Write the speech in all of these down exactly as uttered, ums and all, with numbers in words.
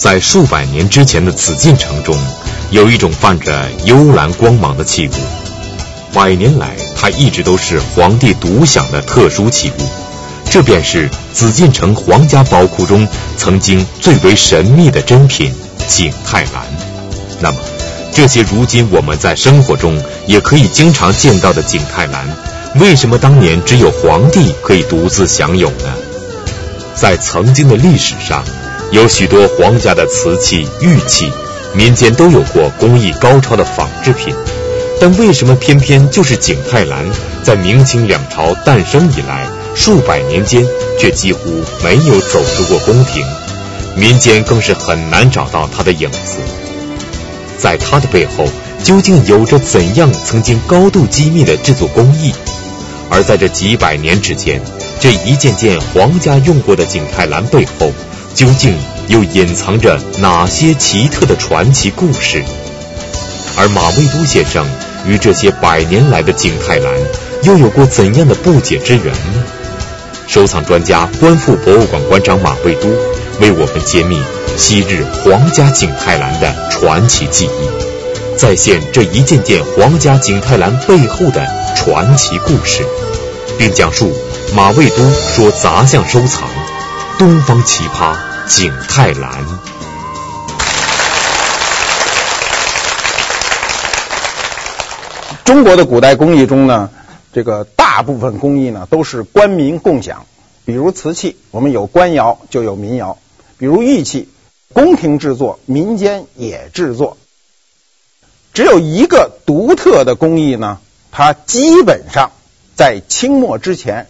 在数百年之前的紫禁城中，有一种泛着幽蓝光芒的器物，百年来它一直都是皇帝独享的特殊器物，这便是紫禁城皇家宝库中曾经最为神秘的珍品景泰蓝。那么这些如今我们在生活中也可以经常见到的景泰蓝，为什么当年只有皇帝可以独自享有呢？在曾经的历史上，有许多皇家的瓷器、玉器，民间都有过工艺高超的仿制品，但为什么偏偏就是景泰蓝在明清两朝诞生以来数百年间却几乎没有走出过宫廷，民间更是很难找到它的影子。在它的背后究竟有着怎样曾经高度机密的制作工艺？而在这几百年之间，这一件件皇家用过的景泰蓝背后究竟又隐藏着哪些奇特的传奇故事？而马未都先生与这些百年来的景泰蓝又有过怎样的不解之缘呢？收藏专家、观复博物馆馆长马未都为我们揭秘昔日皇家景泰蓝的传奇记忆，再现这一件件皇家景泰蓝背后的传奇故事，并讲述马未都说杂项收藏东方奇葩景泰蓝。 中国的古代工艺中呢，这个大部分工艺呢都是官民共享。比如瓷器，我们有官窑就有民窑；比如玉器，宫廷制作，民间也制作。只有一个独特的工艺呢，它基本上在清末之前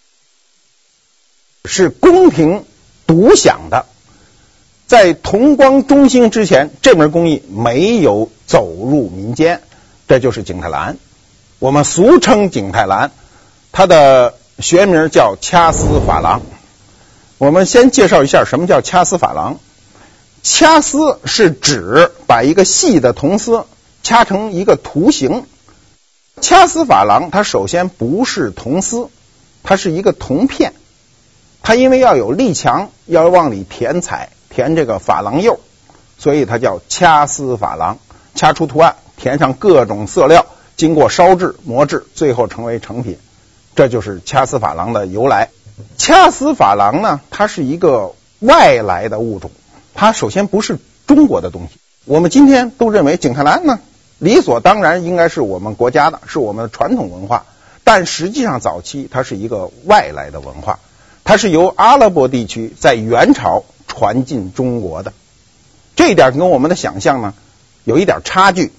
是宫廷独享的，在同光中兴之前，这门工艺没有走入民间，这就是景泰蓝。我们俗称景泰蓝，它的学名叫掐丝珐琅。我们先介绍一下什么叫掐丝珐琅。掐丝是指把一个细的铜丝掐成一个图形。掐丝珐琅它首先不是铜丝，它是一个铜片。它因为要有力强，要往里填彩，填这个珐琅釉，所以它叫掐丝珐琅。掐出图案，填上各种色料，经过烧制、磨制，最后成为成品。这就是掐丝珐琅的由来。掐丝珐琅呢，它是一个外来的物种，它首先不是中国的东西。我们今天都认为景泰蓝呢，理所当然应该是我们国家的，是我们的传统文化，但实际上早期它是一个外来的文化，它是由阿拉伯地区在元朝传进中国的。这一点跟我们的想象呢有一点差距。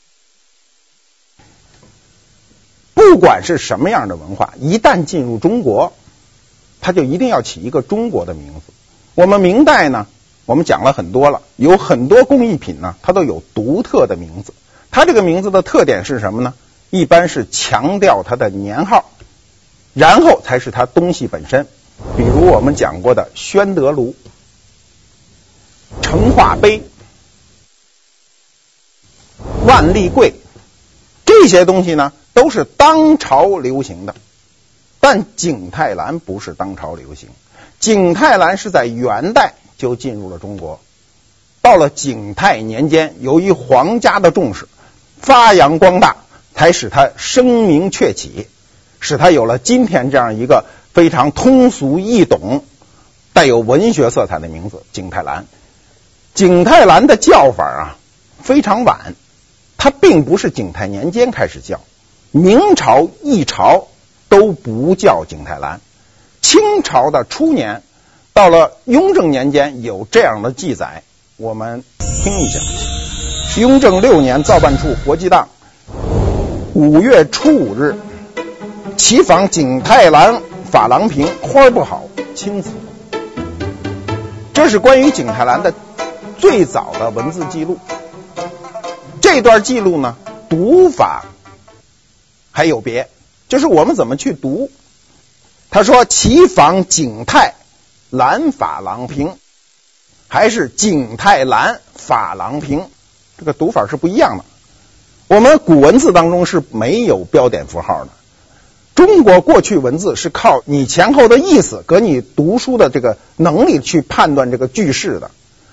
不管是什么样的文化，一旦进入中国，它就一定要起一个中国的名字。我们明代呢，我们讲了很多了，有很多工艺品呢，它都有独特的名字。它这个名字的特点是什么呢？一般是强调它的年号，然后才是它东西本身。比如我们讲过的宣德炉、成化杯、万历柜，这些东西呢都是当朝流行的，但景泰蓝不是当朝流行。景泰蓝是在元代就进入了中国，到了景泰年间，由于皇家的重视，发扬光大，才使它声名鹊起，使它有了今天这样一个非常通俗易懂、带有文学色彩的名字——景泰蓝。景泰蓝的叫法啊非常晚，它并不是景泰年间开始叫，明朝、一朝都不叫景泰蓝。清朝的初年，到了雍正年间有这样的记载，我们听一下。雍正六年造办处活计档五月初五日，启访景泰蓝珐琅瓶，花不好，青瓷。这是关于景泰蓝的最早的文字记录。这段记录呢，读法还有别，就是我们怎么去读。他说启访景泰蓝珐琅瓶，还是景泰蓝珐琅瓶，这个读法是不一样的。我们古文字当中是没有标点符号的，中国过去文字是靠你前后的意思和你读书的这个能力去判断这个句式的。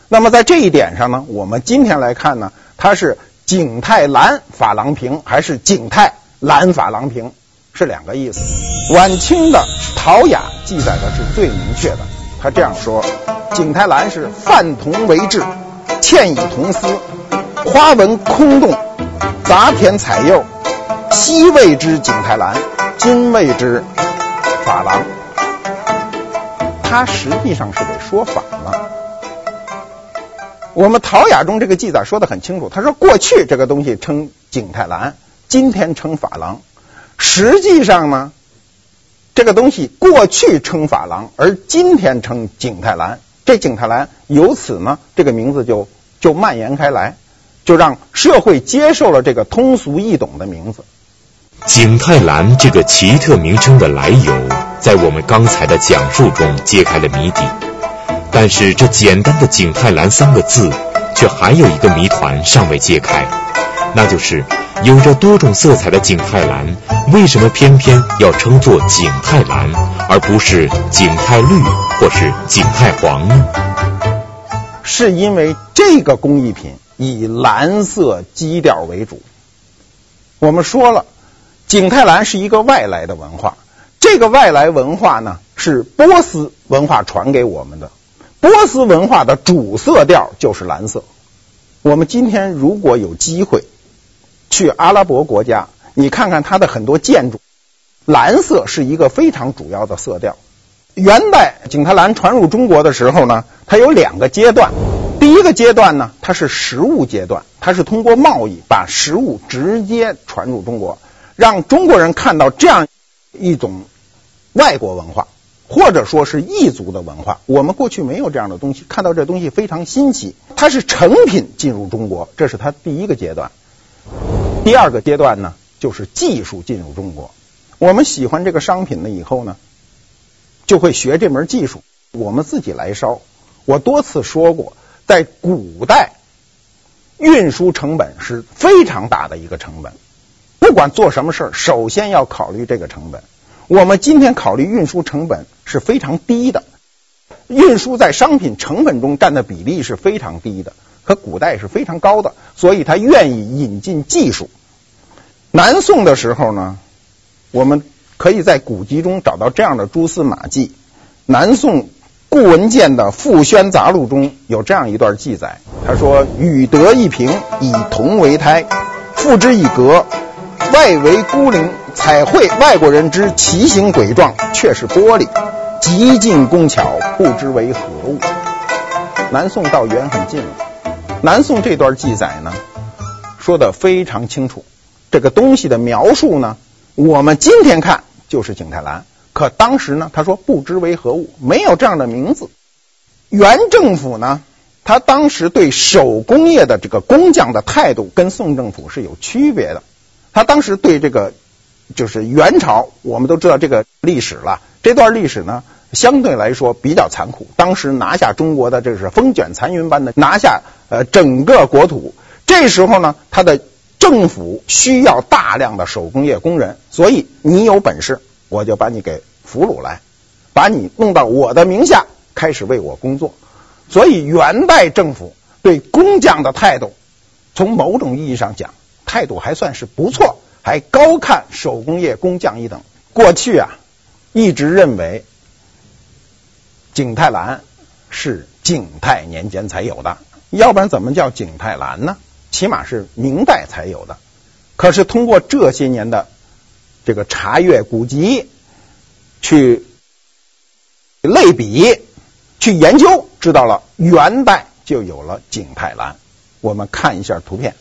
那么在这一点上呢，我们今天来看呢，它是景泰蓝珐琅瓶还是景泰蓝珐琅瓶是两个意思。晚清的陶雅记载的是最明确的，他这样说：景泰蓝是泛铜为质，嵌以铜丝，花纹空洞，杂填彩釉，西谓之景泰蓝，今谓之珐琅。他实际上是给说反了。我们陶雅中这个记载说得很清楚，他说过去这个东西称景泰蓝，今天称珐琅。实际上呢，这个东西过去称珐琅，而今天称景泰蓝。这景泰蓝由此呢，这个名字就就蔓延开来，就让社会接受了这个通俗易懂的名字。 景泰蓝这个奇特名称的来由，在我们刚才的讲述中揭开了谜底。但是这简单的景泰蓝三个字，却还有一个谜团尚未揭开，那就是有着多种色彩的景泰蓝，为什么偏偏要称作景泰蓝，而不是景泰绿或是景泰黄呢？ 是因为这个工艺品以蓝色基调为主。我们说了，景泰蓝是一个外来的文化，这个外来文化呢，是波斯文化传给我们的。波斯文化的主色调就是蓝色。我们今天如果有机会去阿拉伯国家，你看看它的很多建筑，蓝色是一个非常主要的色调。元代景泰蓝传入中国的时候呢，它有两个阶段。第一个阶段呢，它是食物阶段，它是通过贸易把食物直接传入中国，让中国人看到这样一种外国文化，或者说是异族的文化。我们过去没有这样的东西，看到这东西非常新奇，它是成品进入中国，这是它第一个阶段。第二个阶段呢，就是技术进入中国。我们喜欢这个商品了以后呢，就会学这门技术，我们自己来烧。我多次说过，在古代运输成本是非常大的一个成本，不管做什么事儿，首先要考虑这个成本。我们今天考虑运输成本是非常低的，运输在商品成本中占的比例是非常低的，可古代是非常高的，所以他愿意引进技术。南宋的时候呢，我们可以在古籍中找到这样的蛛丝马迹。南宋顾文健的《复宣杂录》中有这样一段记载，他说：禹得一瓶，以铜为胎，复之以革，外为孤灵，彩绘外国人之奇形诡状，却是玻璃，极尽工巧，不知为何物。南宋到元很近了，南宋这段记载呢，说得非常清楚。这个东西的描述呢，我们今天看就是景泰蓝，可当时呢，他说不知为何物，没有这样的名字。元政府呢，他当时对手工业的这个工匠的态度跟宋政府是有区别的。他当时对这个就是元朝，我们都知道这个历史了，这段历史呢相对来说比较残酷，当时拿下中国的这是风卷残云般的拿下呃整个国土。这时候呢，他的政府需要大量的手工业工人，所以你有本事我就把你给俘虏来，把你弄到我的名下，开始为我工作。所以元代政府对工匠的态度，从某种意义上讲，态度还算是不错，还高看手工业工匠一等。过去啊，一直认为景泰蓝是景泰年间才有的，要不然怎么叫景泰蓝呢？起码是明代才有的。可是通过这些年的这个查阅古籍，去类比，去研究，知道了元代就有了景泰蓝。我们看一下图片，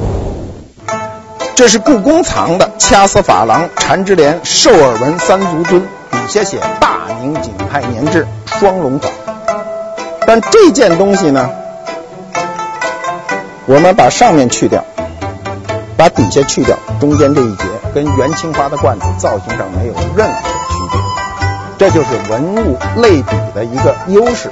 这是故宫藏的掐丝珐琅缠枝莲兽耳纹三足尊，底下写大明景泰年制双龙款。但这件东西呢，我们把上面去掉，把底下去掉，中间这一节跟元青花的罐子造型上没有任何区别，这就是文物类比的一个优势。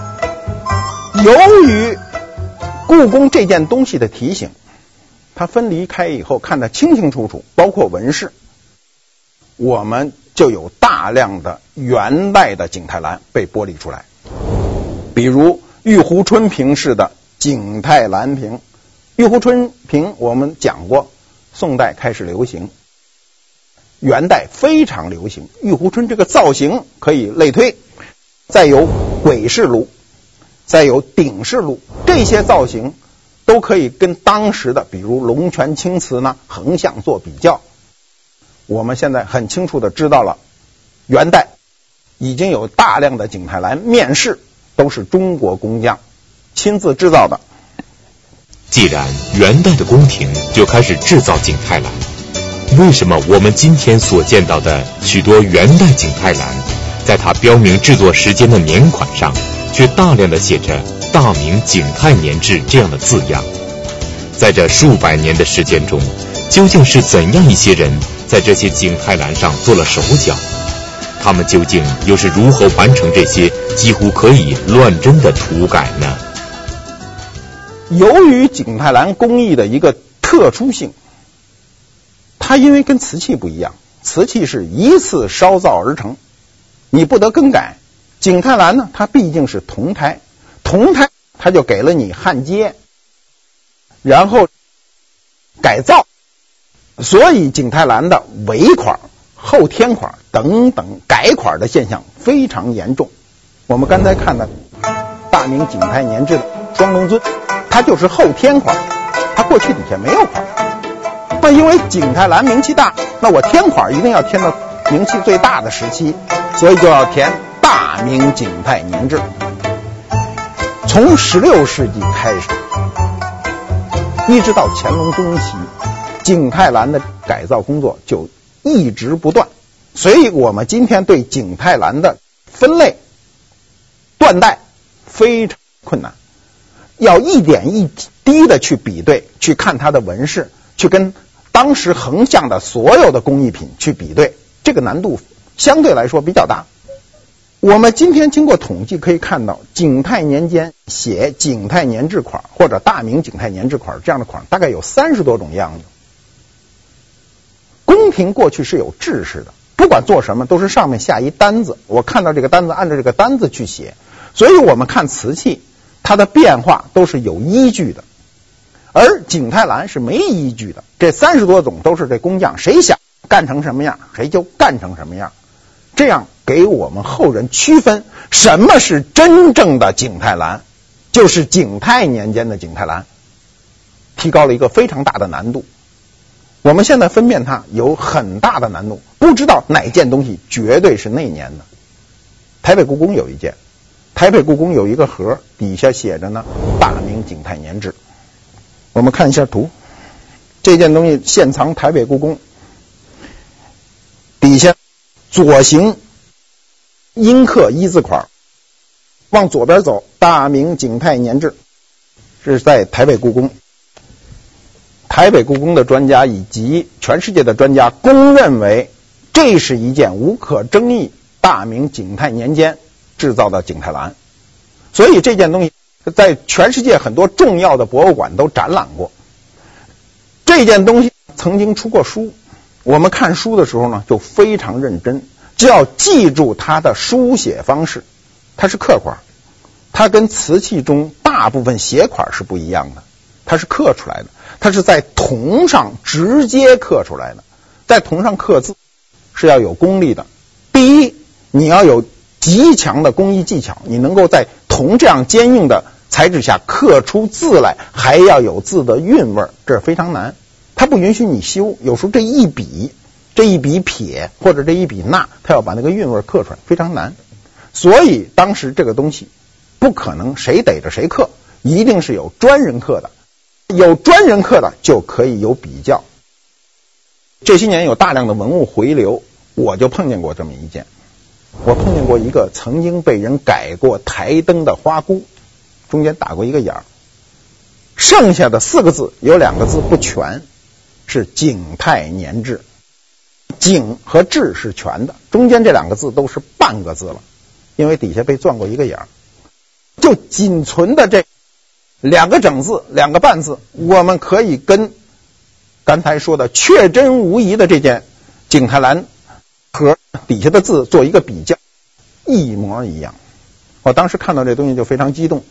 由于故宫这件东西的题型，它分离开以后看得清清楚楚，包括纹饰，我们就有大量的元代的景泰蓝被剥离出来。比如玉壶春瓶式的景泰蓝瓶。玉壶春瓶我们讲过，宋代开始流行，元代非常流行。玉壶春这个造型可以类推，再有鬼式炉，再有鼎式炉，这些造型都可以跟当时的比如龙泉青瓷呢横向做比较。我们现在很清楚的知道了，元代已经有大量的景泰蓝面世都是中国工匠亲自制造的。 既然元代的宫廷就开始制造景泰蓝，为什么我们今天所见到的许多元代景泰蓝，在它标明制作时间的年款上，却大量的写着大明景泰年制这样的字样？在这数百年的时间中，究竟是怎样一些人在这些景泰蓝上做了手脚？他们究竟又是如何完成这些几乎可以乱真的涂改呢？ 由于景泰蓝工艺的一个特殊性，它因为跟瓷器不一样，瓷器是一次烧造而成，你不得更改。景泰蓝呢，它毕竟是铜胎，铜胎它就给了你焊接，然后改造，所以景泰蓝的尾款、后添款等等改款的现象非常严重。我们刚才看的大明景泰年制的双龙尊，它就是后添款，它过去底下没有款。那因为景泰蓝名气大，那我添款一定要添到名气最大的时期，所以就要填大明景泰年制。从十六世纪开始，一直到乾隆中期，景泰蓝的改造工作就一直不断，所以我们今天对景泰蓝的分类断代非常困难，要一点一滴的去比对，去看它的纹饰，去跟当时横向的所有的工艺品去比对，这个难度相对来说比较大。我们今天经过统计可以看到，景泰年间写景泰年制款或者大明景泰年制款这样的款大概有三十多种样子。宫廷过去是有制式的，不管做什么都是上面下一单子，我看到这个单子按照这个单子去写，所以我们看瓷器它的变化都是有依据的，而景泰蓝是没依据的。这三十多种都是这工匠谁想干成什么样谁就干成什么样，这样给我们后人区分什么是真正的景泰蓝，就是景泰年间的景泰蓝，提高了一个非常大的难度。我们现在分辨它有很大的难度，不知道哪件东西绝对是那年的。台北故宫有一件，台北故宫有一个盒，底下写着呢大明景泰年制。我们看一下图，这件东西现藏台北故宫，底下左行阴刻一字款，往左边走大明景泰年制，是在台北故宫。台北故宫的专家以及全世界的专家公认为，这是一件无可争议大明景泰年间制造的景泰蓝，所以这件东西在全世界很多重要的博物馆都展览过。这件东西曾经出过书，我们看书的时候呢就非常认真，只要记住它的书写方式，它是刻款，它跟瓷器中大部分写款是不一样的，它是刻出来的，它是在铜上直接刻出来的。在铜上刻字是要有功力的，第一你要有极强的工艺技巧，你能够在铜这样坚硬的材质下刻出字来，还要有字的韵味，这是非常难，它不允许你修，有时候这一笔这一笔撇或者这一笔捺，它要把那个韵味刻出来，非常难。所以当时这个东西不可能谁逮着谁刻，一定是有专人刻的，有专人刻的就可以有比较。这些年有大量的文物回流，我就碰见过这么一件，我碰见过一个曾经被人改过台灯的花箍，中间打过一个眼儿，剩下的四个字有两个字不全，是景泰年制，景和制是全的，中间这两个字都是半个字了，因为底下被钻过一个眼儿，就仅存的这两个整字两个半字，我们可以跟刚才说的确真无疑的这件景泰蓝盒底下的字做一个比较，一模一样。我当时看到这东西就非常激动，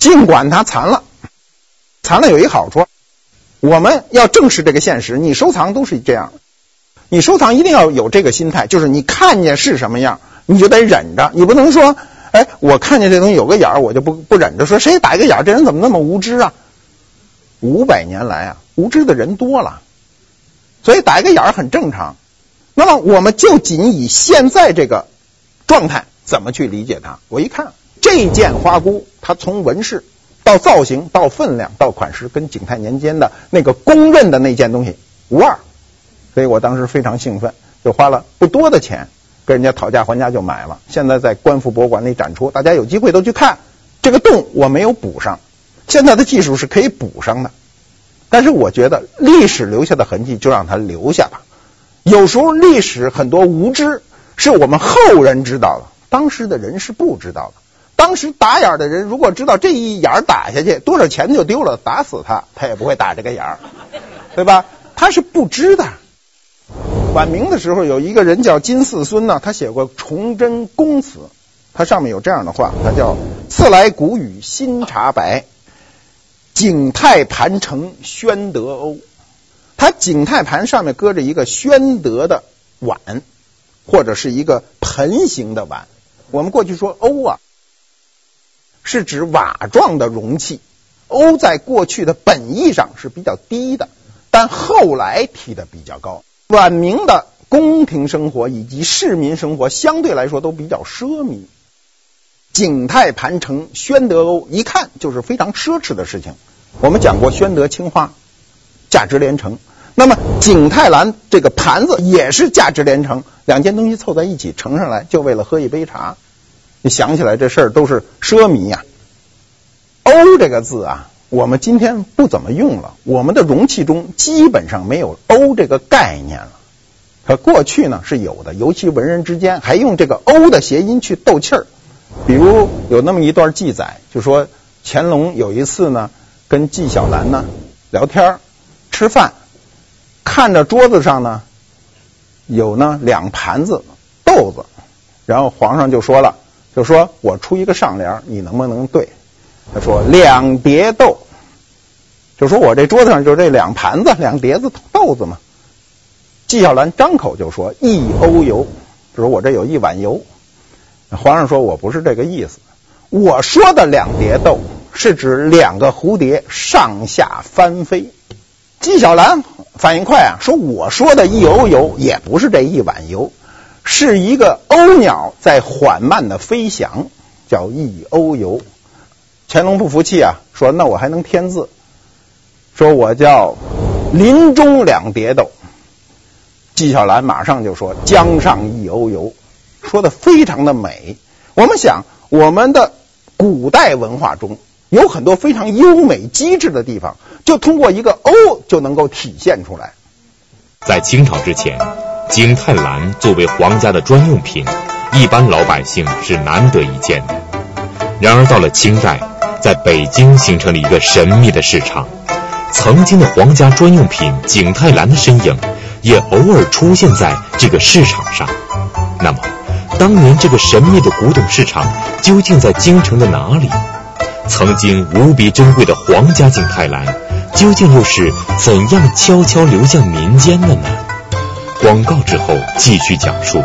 尽管它残了，残了有一好处，我们要正视这个现实，你收藏都是这样，你收藏一定要有这个心态，就是你看见是什么样你就得忍着，你不能说哎，我看见这东西有个眼儿我就不不忍着，说谁打一个眼儿这人怎么那么无知啊。五百年来啊，无知的人多了，所以打一个眼儿很正常。那么我们就仅以现在这个状态怎么去理解它。我一看这件花箍，它从纹饰到造型到分量到款式，跟景泰年间的那个公认的那件东西无二，所以我当时非常兴奋，就花了不多的钱跟人家讨价还价就买了。现在在官府博物馆里展出，大家有机会都去看。这个洞我没有补上，现在的技术是可以补上的，但是我觉得历史留下的痕迹就让它留下吧。有时候历史很多无知是我们后人知道的，当时的人是不知道的。当时打眼的人如果知道这一眼打下去多少钱就丢了，打死他他也不会打这个眼，对吧？他是不知的。晚明的时候有一个人叫金四孙呢，他写过《崇祯公词》，他上面有这样的话，他叫赐来古语新茶白，景泰盘成宣德瓯。它景泰盘上面搁着一个宣德的碗，或者是一个盆形的碗。我们过去说瓯啊，是指瓦状的容器，瓯在过去的本意上是比较低的，但后来提的比较高。晚明的宫廷生活以及市民生活相对来说都比较奢靡，景泰盘成宣德瓯一看就是非常奢侈的事情。我们讲过宣德青花价值连城，那么景泰蓝这个盘子也是价值连城，两件东西凑在一起盛上来就为了喝一杯茶。你想起来这事儿都是奢靡呀、啊。瓯这个字啊，我们今天不怎么用了，我们的容器中基本上没有瓯这个概念了。可过去呢是有的，尤其文人之间还用这个瓯的谐音去斗气儿。比如有那么一段记载，就说乾隆有一次呢跟纪晓岚呢聊天吃饭，看着桌子上呢有呢两盘子豆子，然后皇上就说了，就说我出一个上联，你能不能对？他说两碟豆，就说我这桌子上就这两盘子两碟子豆子嘛。纪晓岚张口就说一瓯油，就说我这有一碗油。皇上说我不是这个意思，我说的两碟豆是指两个蝴蝶上下翻飞。纪晓岚反应快啊，说我说的一瓯油也不是这一碗油，是一个鸥鸟在缓慢的飞翔，叫一瓯油。乾隆不服气啊，说那我还能添字，说我叫林中两碟豆。纪晓岚马上就说江上一瓯油，说的非常的美。我们想我们的古代文化中有很多非常优美机智的地方，就通过一个瓯就能够体现出来。 在清朝之前，景泰蓝作为皇家的专用品，一般老百姓是难得一见的。然而到了清代，在北京形成了一个神秘的市场，曾经的皇家专用品景泰蓝的身影也偶尔出现在这个市场上。那么当年这个神秘的古董市场究竟在京城的哪里？曾经无比珍贵的皇家景泰蓝究竟又是怎样悄悄流向民间的呢？广告之后继续讲述。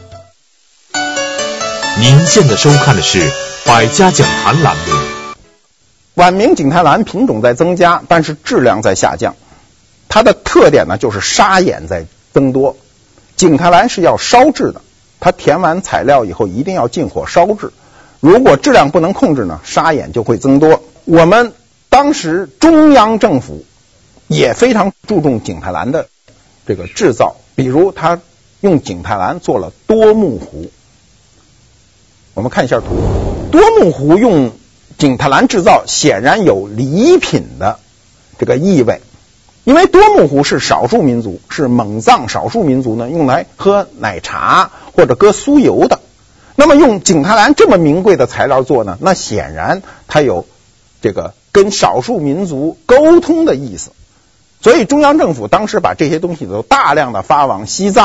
您现在收看的是百家讲坛栏目。 晚明景泰蓝品种在增加，但是质量在下降。它的特点呢就是砂眼在增多。景泰蓝是要烧制的，它填完材料以后一定要进火烧制，如果质量不能控制呢，砂眼就会增多。我们当时中央政府也非常注重景泰蓝的这个制造，比如它用景泰蓝做了多目壶。我们看一下图，多目壶用景泰蓝制造显然有礼品的这个意味，因为多目壶是少数民族，是蒙藏少数民族呢用来喝奶茶或者搁酥油的。那么用景泰蓝这么名贵的材料做呢，那显然它有这个跟少数民族沟通的意思。所以中央政府当时把这些东西都大量的发往西藏啊、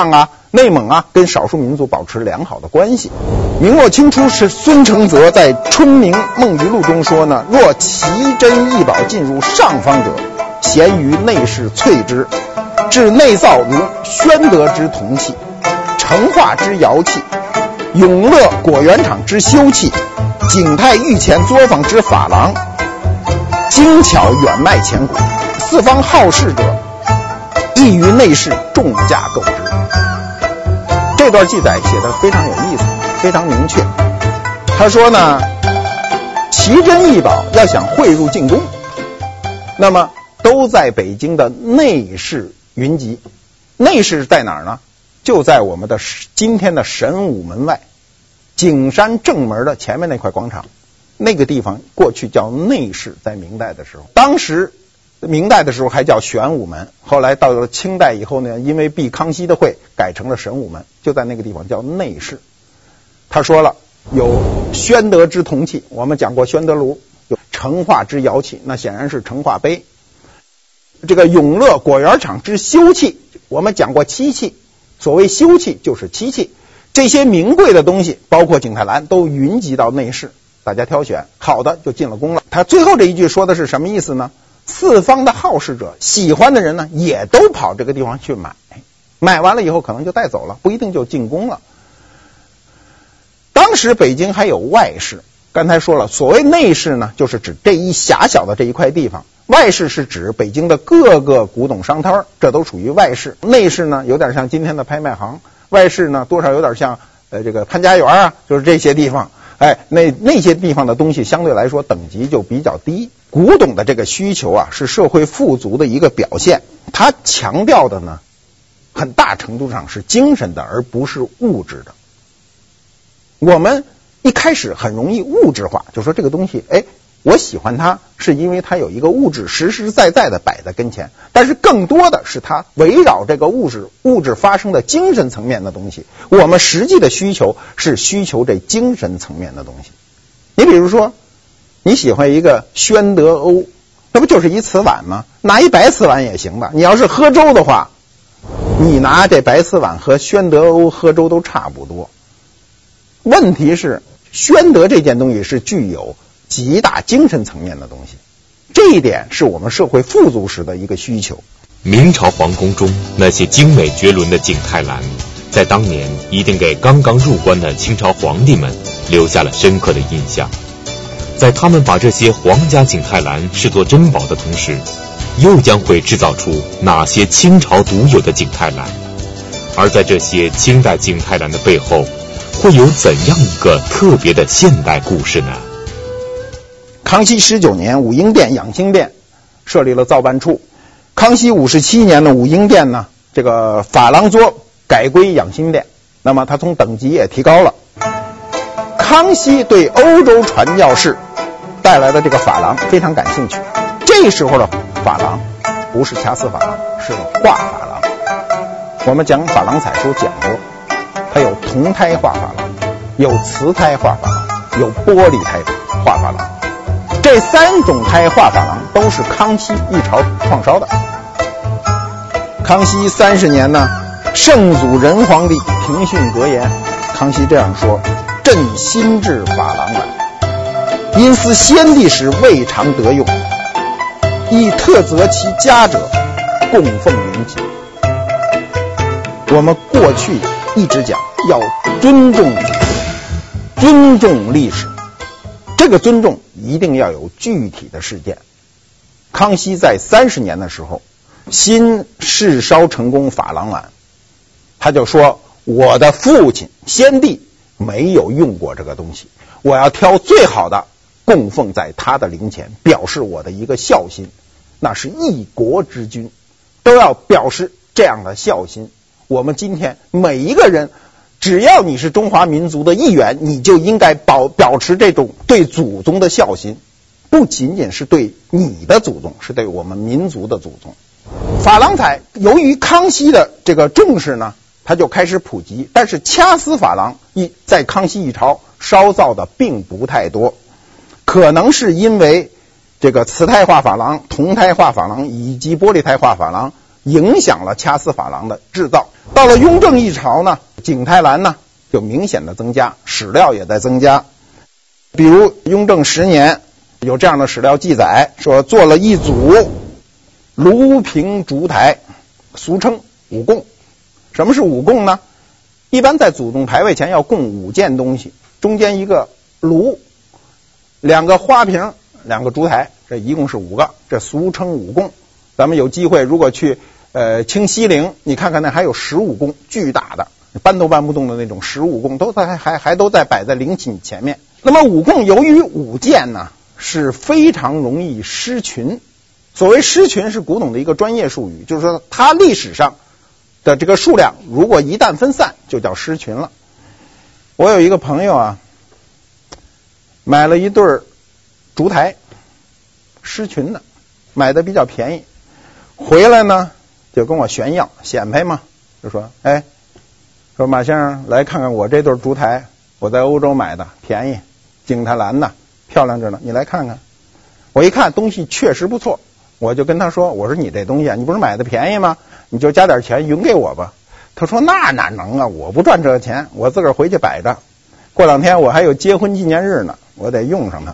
内蒙啊跟少数民族保持良好的关系。明末清初是孙承泽在《春明梦菊录》中说呢，若奇珍异宝进入上方者，咸于内室萃之，至内造如宣德之铜器，成化之窑器，永乐果园厂之修器，景泰御前作坊之珐琅，精巧远迈千古，四方好事者，亦于内室重价购之。这段记载写得非常有意思，非常明确。他说呢，奇珍异宝要想汇入进宫，那么都在北京的内室云集。内室在哪儿呢？就在我们的今天的神武门外，景山正门的前面那块广场，那个地方过去叫内室，在明代的时候，当时明代的时候还叫玄武门，后来到了清代以后呢，因为避康熙的讳改成了神武门，就在那个地方叫内室。他说了，有宣德之铜器，我们讲过宣德炉，有成化之窑器，那显然是成化杯。这个永乐果园厂之修器，我们讲过漆器，所谓修器就是漆器，这些名贵的东西包括景泰蓝都云集到内室，大家挑选好的就进了宫了。他最后这一句说的是什么意思呢？四方的好事者，喜欢的人呢也都跑这个地方去买，买完了以后可能就带走了，不一定就进宫了。当时北京还有外室，刚才说了，所谓内室呢，就是指这一狭小的这一块地方，外室是指北京的各个古董商摊，这都属于外室。内室呢有点像今天的拍卖行，外室呢多少有点像呃这个潘家园啊，就是这些地方。哎，那那些地方的东西相对来说等级就比较低。古董的这个需求啊，是社会富足的一个表现，它强调的呢，很大程度上是精神的，而不是物质的。我们一开始很容易物质化，就说这个东西，哎，我喜欢它是因为它有一个物质实实在在的摆在跟前，但是更多的是它围绕这个物质物质发生的精神层面的东西。我们实际的需求是需求这精神层面的东西。你比如说，你喜欢一个宣德瓯，那不就是一瓷碗吗？拿一白瓷碗也行吧。你要是喝粥的话，你拿这白瓷碗和宣德瓯喝粥都差不多。问题是，宣德这件东西是具有极大精神层面的东西，这一点是我们社会富足时的一个需求。 明朝皇宫中那些精美绝伦的景泰蓝，在当年一定给刚刚入关的清朝皇帝们留下了深刻的印象。在他们把这些皇家景泰蓝视作珍宝的同时，又将会制造出哪些清朝独有的景泰蓝？而在这些清代景泰蓝的背后，会有怎样一个特别的现代故事呢？ 康熙十九年，武英殿养心殿设立了造办处。康熙五十七年的武英殿呢，这个珐琅桌改归养心殿，那么它从等级也提高了。康熙对欧洲传教士带来的这个珐琅非常感兴趣。这时候的珐琅不是掐丝珐琅，是画珐琅。我们讲珐琅彩书讲过，它有铜胎画珐琅，有瓷胎画珐琅，有玻璃胎画珐琅。这三种胎画珐琅都是康熙一朝创烧的。康熙三十年呢，圣祖仁皇帝平训格言，康熙这样说：朕新制珐琅碗，因思先帝时未尝得用，亦特择其家者，供奉云集。我们过去一直讲要尊重祖宗，尊重历史，这个尊重一定要有具体的事件。康熙在三十年的时候新试烧成功珐琅碗，他就说我的父亲先帝没有用过这个东西，我要挑最好的供奉在他的灵前，表示我的一个孝心。那是一国之君都要表示这样的孝心。我们今天每一个人，只要你是中华民族的一员，你就应该保表持这种对祖宗的孝心，不仅仅是对你的祖宗，是对我们民族的祖宗。珐琅彩由于康熙的这个重视呢，它就开始普及，但是掐丝珐琅一在康熙一朝烧造的并不太多，可能是因为这个瓷胎画珐琅、铜胎画珐琅以及玻璃胎画珐琅影响了掐丝珐琅的制造。 到了雍正一朝呢，景泰蓝呢就明显的增加，史料也在增加。比如雍正十年有这样的史料记载，说做了一组炉瓶烛台，俗称五供。什么是五供呢？一般在祖宗牌位前要供五件东西，中间一个炉，两个花瓶，两个烛台，这一共是五个，这俗称五供。咱们有机会如果去呃清西陵，你看看那还有十五供，巨大的搬都搬不动的那种十五供，都在还还都在摆在陵寝前面。那么五供由于五件呢是非常容易失群，所谓失群是古董的一个专业术语，就是说它历史上的这个数量如果一旦分散就叫失群了。我有一个朋友啊，买了一对烛台，失群的，买的比较便宜，回来呢就跟我炫耀显摆嘛，就说哎，说马先生来看看我这对烛台，我在欧洲买的，便宜，景泰蓝的，漂亮着呢，你来看看。我一看东西确实不错，我就跟他说，我说你这东西啊，你不是买的便宜吗？你就加点钱匀给我吧。他说那哪能啊，我不赚这个钱，我自个儿回去摆着，过两天我还有结婚纪念日呢，我得用上它。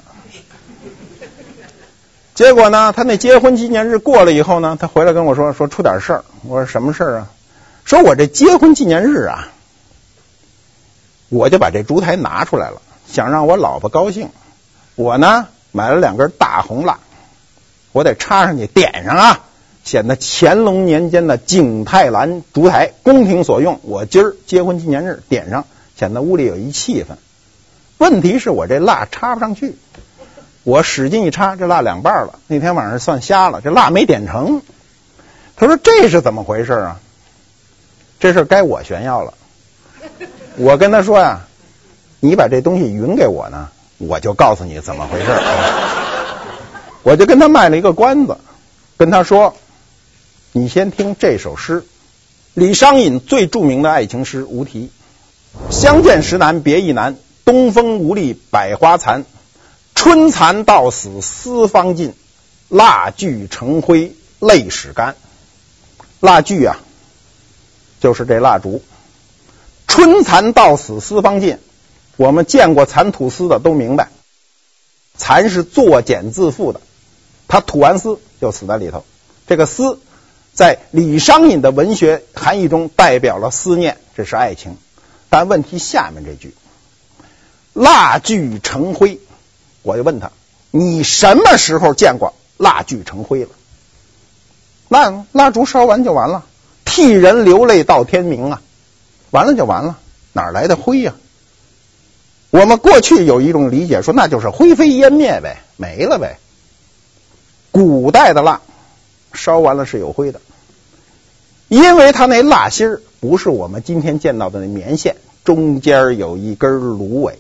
结果呢，他那结婚纪念日过了以后呢，他回来跟我说，说出点事儿。我说什么事儿啊？说我这结婚纪念日啊，我就把这烛台拿出来了，想让我老婆高兴。我呢买了两根大红蜡，我得插上去点上啊，显得乾隆年间的景泰蓝烛台宫廷所用。我今儿结婚纪念日点上，显得屋里有一气氛。问题是我这蜡插不上去，我使劲一插，这蜡两半了。那天晚上算瞎了，这蜡没点成。他说这是怎么回事啊？这事该我炫耀了。我跟他说呀、啊，你把这东西匀给我呢，我就告诉你怎么回事。我就跟他卖了一个关子，跟他说，你先听这首诗，李商隐最著名的爱情诗《无题》。相见时难别亦难，东风无力百花残。春蚕到死丝方尽，蜡炬成灰泪始干。蜡炬啊，就是这蜡烛。春蚕到死丝方尽，我们见过蚕吐丝的都明白，蚕是作茧自缚的，它吐完丝就死在里头。这个丝在李商隐的文学含义中代表了思念，这是爱情。但问题下面这句，蜡炬成灰，我就问他，你什么时候见过蜡炬成灰了？那蜡烛烧完就完了，替人流泪到天明啊，完了就完了，哪来的灰呀、啊？我们过去有一种理解说，那就是灰飞烟灭呗，没了呗。古代的蜡烧完了是有灰的，因为它那蜡芯儿不是我们今天见到的那棉线，中间有一根芦苇，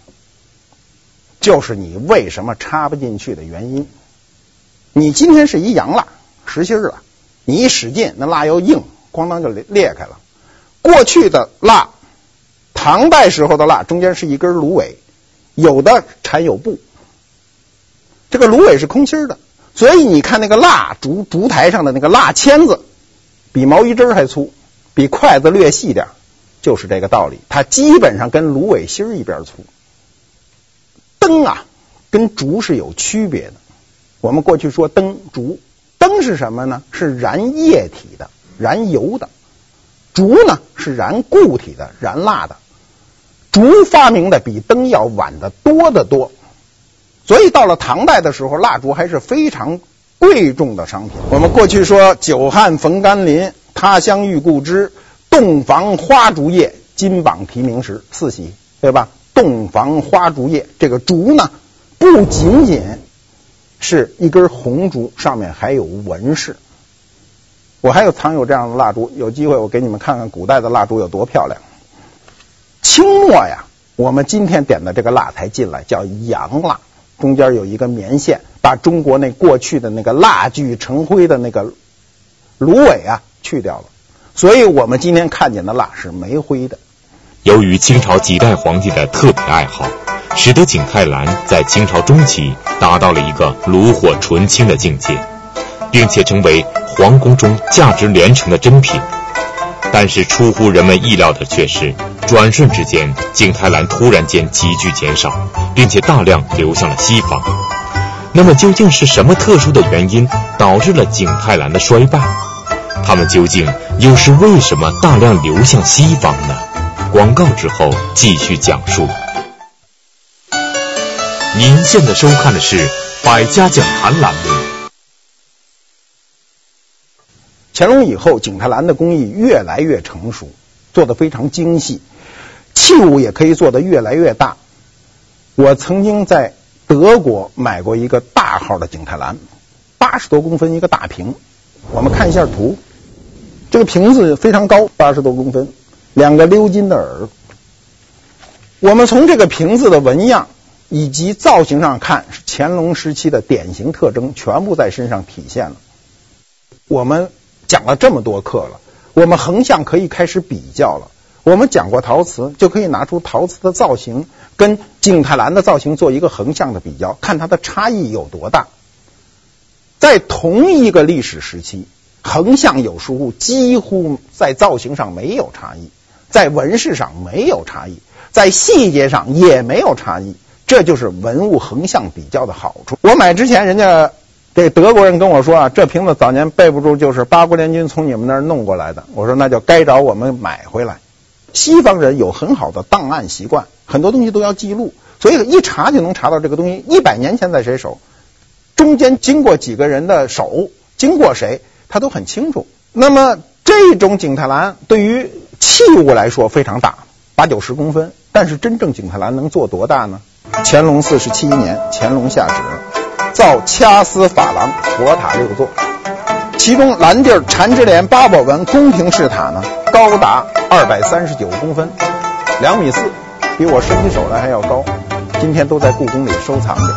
就是你为什么插不进去的原因。你今天是一洋蜡，实心了，你一使劲，那蜡又硬，咣当就裂开了。过去的蜡，唐代时候的蜡中间是一根芦苇，有的缠有布，这个芦苇是空心的，所以你看那个蜡烛烛台上的那个蜡签子，比毛衣针还粗，比筷子略细点，就是这个道理。它基本上跟芦苇芯一边粗。灯啊，跟烛是有区别的。我们过去说灯烛，灯是什么呢？是燃液体的，燃油的。烛呢是燃固体的，燃蜡的。烛发明的比灯要晚得多得多，所以到了唐代的时候，蜡烛还是非常贵重的商品。我们过去说久旱逢甘霖，他乡遇故知，洞房花烛夜，金榜题名时，四喜，对吧？洞房花烛夜，这个烛呢不仅仅是一根红烛，上面还有纹饰。我还有藏有这样的蜡烛，有机会我给你们看看古代的蜡烛有多漂亮。清末呀，我们今天点的这个蜡才进来，叫洋蜡，中间有一个棉线，把中国那过去的那个蜡炬成灰的那个芦苇啊去掉了，所以我们今天看见的蜡是没灰的。 由于清朝几代皇帝的特别爱好，使得景泰蓝在清朝中期达到了一个炉火纯青的境界，并且成为皇宫中价值连城的珍品。 但是出乎人们意料的却是，转瞬之间，景泰蓝突然间急剧减少，并且大量流向了西方。那么究竟是什么特殊的原因导致了景泰蓝的衰败？它们究竟又是为什么大量流向西方呢？广告之后继续讲述。您现在收看的是百家讲坛栏目。 乾隆以后，景泰蓝的工艺越来越成熟，做得非常精细，器物也可以做得越来越大。我曾经在德国买过一个大号的景泰蓝，八十多公分一个大瓶。我们看一下图，这个瓶子非常高，八十多公分，两个鎏金的耳。我们从这个瓶子的纹样以及造型上看，是乾隆时期的典型特征全部在身上体现了。我们讲了这么多课了，我们横向可以开始比较了。我们讲过陶瓷，就可以拿出陶瓷的造型跟景泰蓝的造型做一个横向的比较，看它的差异有多大。在同一个历史时期，横向有实物几乎在造型上没有差异，在纹饰上没有差异，在细节上也没有差异，这就是文物横向比较的好处。我买之前，人家这德国人跟我说啊，这瓶子早年备不住就是八国联军从你们那儿弄过来的。我说那就该找我们买回来。西方人有很好的档案习惯，很多东西都要记录，所以一查就能查到这个东西一百年前在谁手，中间经过几个人的手，经过谁，他都很清楚。那么这种景泰蓝对于器物来说非常大，八九十公分，但是真正景泰蓝能做多大呢？乾隆四十七年，乾隆下旨造掐丝珐琅佛塔六座，其中蓝地缠枝莲八宝纹宫廷式塔呢，高达二百三十九公分，两米四，比我伸起手来还要高。今天都在故宫里收藏着。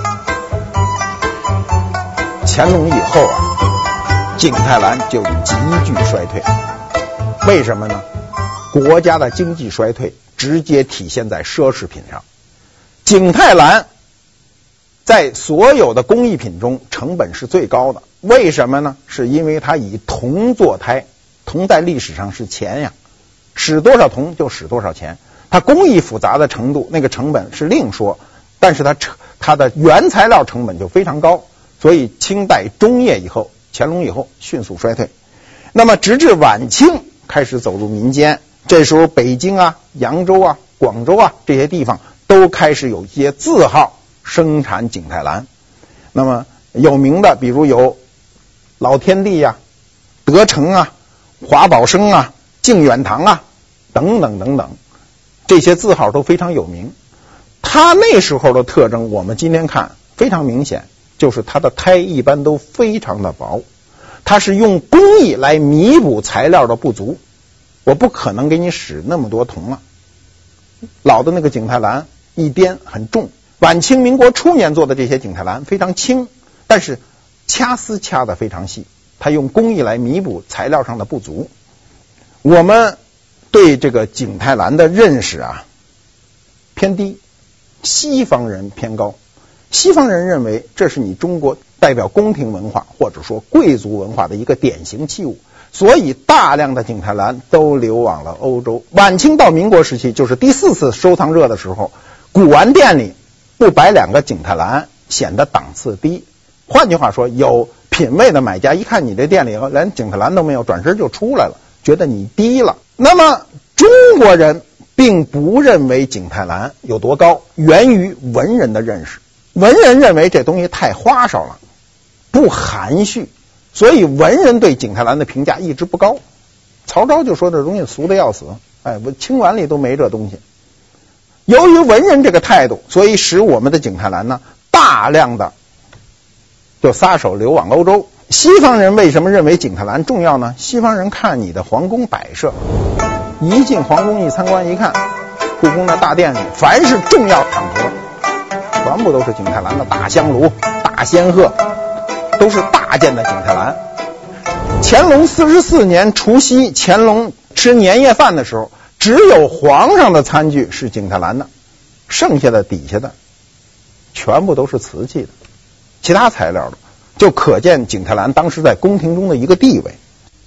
乾隆以后啊，景泰蓝就急剧衰退。为什么呢？国家的经济衰退直接体现在奢侈品上。景泰蓝在所有的工艺品中成本是最高的，为什么呢？是因为它以铜做胎，铜在历史上是钱呀，使多少铜就使多少钱。它工艺复杂的程度，那个成本是另说，但是它它的原材料成本就非常高，所以清代中叶以后，乾隆以后迅速衰退。那么直至晚清开始走入民间，这时候北京啊、扬州啊、广州啊这些地方都开始有一些字号生产景泰蓝。那么有名的比如有老天地啊、德成啊、华宝生啊、靖远堂啊等等等等，这些字号都非常有名。它那时候的特征我们今天看非常明显，就是它的胎一般都非常的薄，它是用工艺来弥补材料的不足。我不可能给你使那么多铜了。老的那个景泰蓝一颠很重，晚清民国初年做的这些景泰蓝非常轻，但是掐丝掐得非常细，它用工艺来弥补材料上的不足。我们对这个景泰蓝的认识啊偏低，西方人偏高。西方人认为这是你中国代表宫廷文化或者说贵族文化的一个典型器物，所以大量的景泰蓝都流往了欧洲。晚清到民国时期，就是第四次收藏热的时候，古玩店里不摆两个景泰蓝显得档次低。换句话说，有品位的买家一看你这店里连景泰蓝都没有，转身就出来了，觉得你低了。那么中国人并不认为景泰蓝有多高，源于文人的认识。文人认为这东西太花哨了，不含蓄，所以文人对景泰蓝的评价一直不高。曹昭就说这东西俗的要死，哎，清碗里都没这东西。由于文人这个态度，所以使我们的景泰蓝呢大量的就撒手流往欧洲。西方人为什么认为景泰蓝重要呢？西方人看你的皇宫摆设，一进皇宫一参观一看，故宫的大殿里凡是重要场合全部都是景泰蓝的大香炉、大仙鹤，都是大件的景泰蓝。乾隆四十四年除夕，乾隆吃年夜饭的时候，只有皇上的餐具是景泰蓝的，剩下的底下的全部都是瓷器的，其他材料的，就可见景泰蓝当时在宫廷中的一个地位。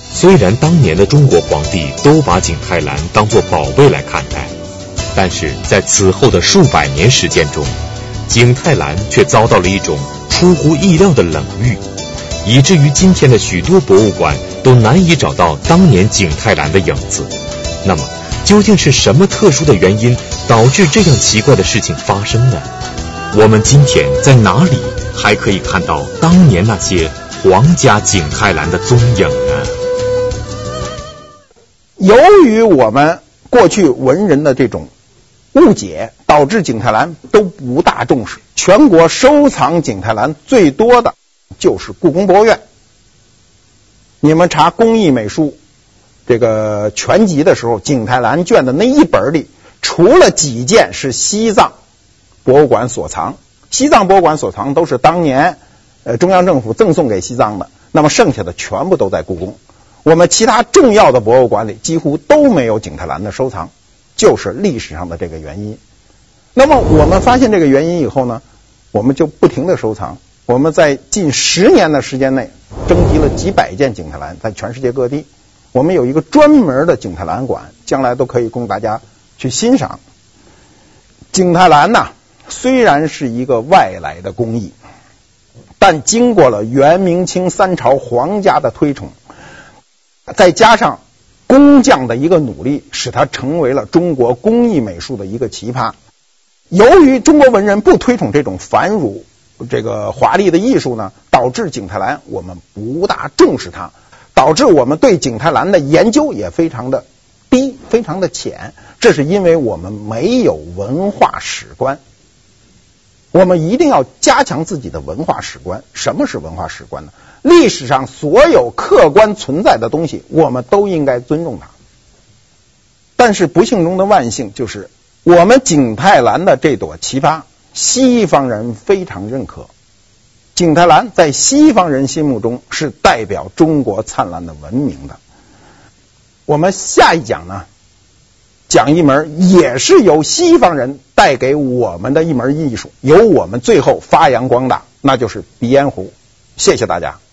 虽然当年的中国皇帝都把景泰蓝当作宝贝来看待，但是在此后的数百年时间中，景泰蓝却遭到了一种出乎意料的冷遇，以至于今天的许多博物馆都难以找到当年景泰蓝的影子。那么究竟是什么特殊的原因导致这样奇怪的事情发生呢？我们今天在哪里还可以看到当年那些皇家景泰蓝的踪影呢？ 由于我们过去文人的这种误解，导致景泰蓝都不大重视。全国收藏景泰蓝最多的就是故宫博物院。你们查工艺美术这个全集的时候，景泰蓝卷的那一本里，除了几件是西藏博物馆所藏，西藏博物馆所藏都是当年呃中央政府赠送给西藏的，那么剩下的全部都在故宫。我们其他重要的博物馆里几乎都没有景泰蓝的收藏，就是历史上的这个原因。那么我们发现这个原因以后呢，我们就不停的收藏。我们在近十年的时间内征集了几百件景泰蓝，在全世界各地。我们有一个专门的景泰蓝馆，将来都可以供大家去欣赏。景泰蓝呢，虽然是一个外来的工艺，但经过了元明清三朝皇家的推崇，再加上工匠的一个努力，使它成为了中国工艺美术的一个奇葩。由于中国文人不推崇这种繁缛这个华丽的艺术呢，导致景泰蓝我们不大重视它，导致我们对景泰蓝的研究也非常的低，非常的浅。这是因为我们没有文化史观。我们一定要加强自己的文化史观。什么是文化史观呢？历史上所有客观存在的东西，我们都应该尊重它。但是不幸中的万幸就是，我们景泰蓝的这朵奇葩，西方人非常认可。景泰蓝在西方人心目中是代表中国灿烂的文明的。我们下一讲呢，讲一门也是由西方人带给我们的一门艺术，由我们最后发扬光大，那就是鼻烟壶。谢谢大家。